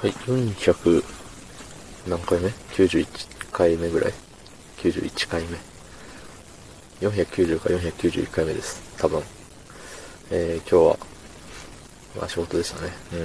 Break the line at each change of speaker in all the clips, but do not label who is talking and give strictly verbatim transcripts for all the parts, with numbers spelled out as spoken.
はい、よんひゃく何回目 ?きゅうじゅういっ 回目ぐらい ?きゅうじゅういち 回目。よんひゃくきゅうじゅうかよんひゃくきゅうじゅういっかいめです。多分。えー、今日は、まあ仕事でしたね。うん。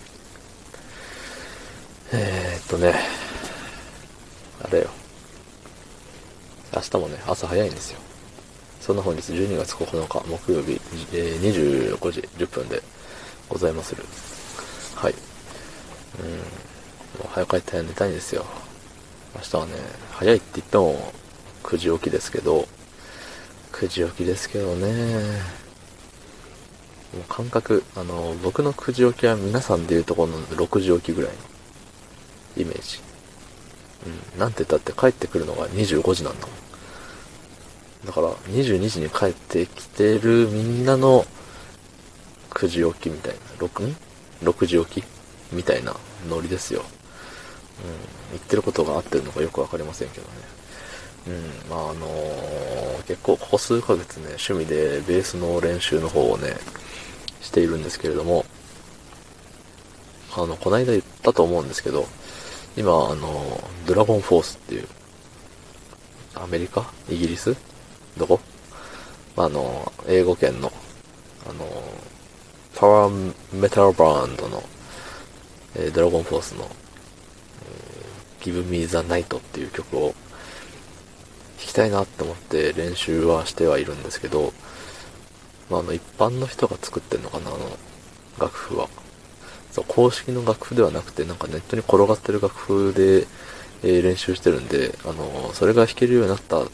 えーっとね、あれよ。明日もね、朝早いんですよ。そんな本日じゅうにがつここのか木曜日、えー、にじゅうごじじゅっぷんでございまする。はい。うん。もう早く帰って寝たいんですよ。明日はね、早いって言ってもくじ起きですけど、くじ起きですけどね、もう感覚、あの、僕のくじ起きは皆さんでいうところのろくじ起きぐらいのイメージ。うん。なんて言ったって帰ってくるのがにじゅうごじなんだもん。だからにじゅうにじに帰ってきてるみんなのくじ起きみたいな、ろく、ん ?ろく 時起きみたいなノリですよ。うん。言ってることが合ってるのかよくわかりませんけどね。うん。まああのー、結構ここ数ヶ月ね、趣味でベースの練習の方をね、しているんですけれども、あの、こないだ言ったと思うんですけど、今、あの、ドラゴンフォースっていう、アメリカイギリスどこあの、英語圏の、あの、パワーメタルバンドの、えー、ドラゴンフォースの、えー、Give Me the Night っていう曲を弾きたいなって思って練習はしてはいるんですけど、まあ、あの、一般の人が作ってんのかな、あの、楽譜は。そう、公式の楽譜ではなくて、なんかネットに転がってる楽譜で、えー練習してるんで、あのーそれが弾けるようになったって、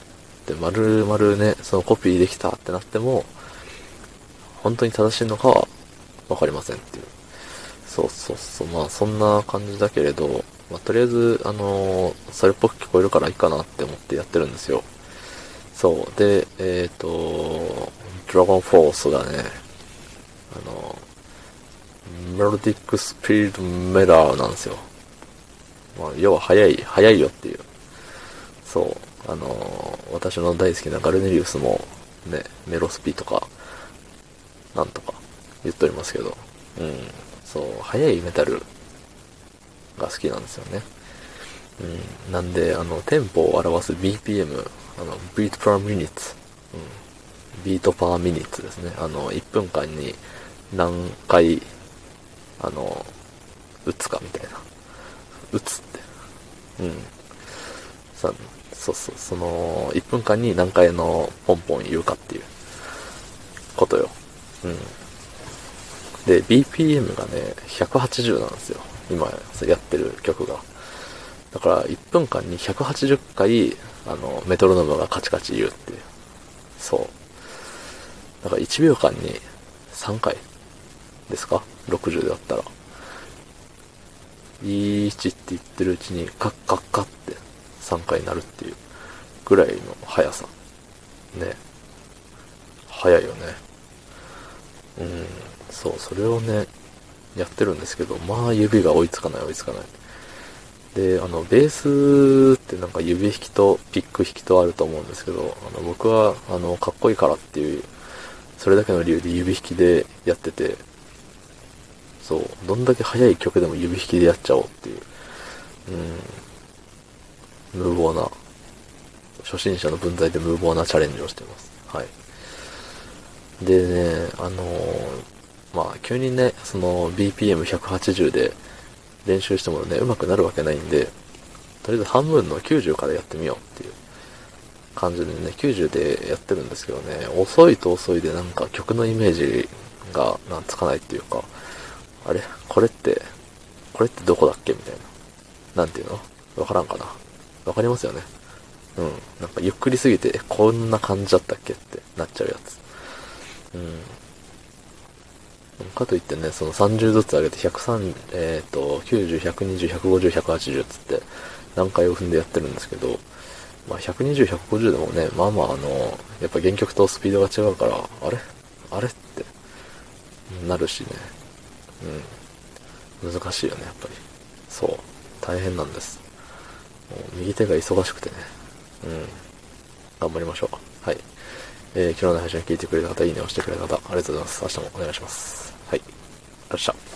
丸々ね、そのコピーできたってなっても、本当に正しいのかはわかりませんっていう。そうそうそう、まあそんな感じだけれど、まあとりあえず、あのーそれっぽく聞こえるからいいかなって思ってやってるんですよ。そう。で、えっ、ー、と、ドラゴンフォースがね、あのーメロディックスピリットメラーなんですよ。まあ、要は早い、早いよっていう。そう。あのー私の大好きなガルネリウスも、ね、メロスピとか、なんとか言っておりますけど、うん。そう、早いメタルが好きなんですよね。うん。なんで、あの、テンポを表す ビーピーエム、あの、beat per minute、うん。ビートパーミニッツですね。あの、いっぷんかんに何回、あの、打つかみたいな。打つって。うん。さ、そうそう、その、いっぷんかんに何回のポンポン言うかっていうことよ。うん。で、ビーピーエム がね、ひゃくはちじゅうなんですよ。今やってる曲が。だから、いっぷんかんにひゃくはちじゅっかい、あの、メトロノームがカチカチ言うっていう。そう。だからいちびょうかんにさんかいですか ?ろくじゅう だったら。いちって言ってるうちに、カッカッカってさんかいになるっていうぐらいの速さ。ね。速いよね。うん。そう、それをね、やってるんですけど、まあ指が追いつかない追いつかない。で、あの、ベースってなんか指弾きとピック弾きとあると思うんですけど、あの、僕は、あの、かっこいいからっていう、それだけの理由で指弾きでやってて、そう、どんだけ速い曲でも指弾きでやっちゃおうっていう、うん、無謀な、初心者の分際で無謀なチャレンジをしています。はい。でね、あのーまあ、急にね、その ビーピーエムひゃくはちじゅう で練習してもね、上手くなるわけないんで、とりあえず半分のきゅうじゅうからやってみようっていう感じでね、きゅうじゅうでやってるんですけどね、遅いと遅いでなんか曲のイメージがなんつかないっていうか、あれこれって、これってどこだっけみたいな。なんていうのわからんかな。わかりますよね。うん。なんかゆっくりすぎて、こんな感じだったっけってなっちゃうやつ。うん。かといってね、そのさんじゅうずつ上げてひゃくさん、えっと、きゅうじゅう、ひゃくにじゅう、ひゃくごじゅう、ひゃくはちじゅうつって何回を踏んでやってるんですけど、まあひゃくにじゅう、ひゃくごじゅうでもね、まあまああの、やっぱ原曲とスピードが違うから、あれあれってなるしね。うん。難しいよね、やっぱり。そう。大変なんです。もう右手が忙しくてね。うん。頑張りましょう。はい。えー、昨日の配信を聞いてくれた方、いいねをしてくれた方、ありがとうございます。明日もお願いします。はい。ありがとうございました。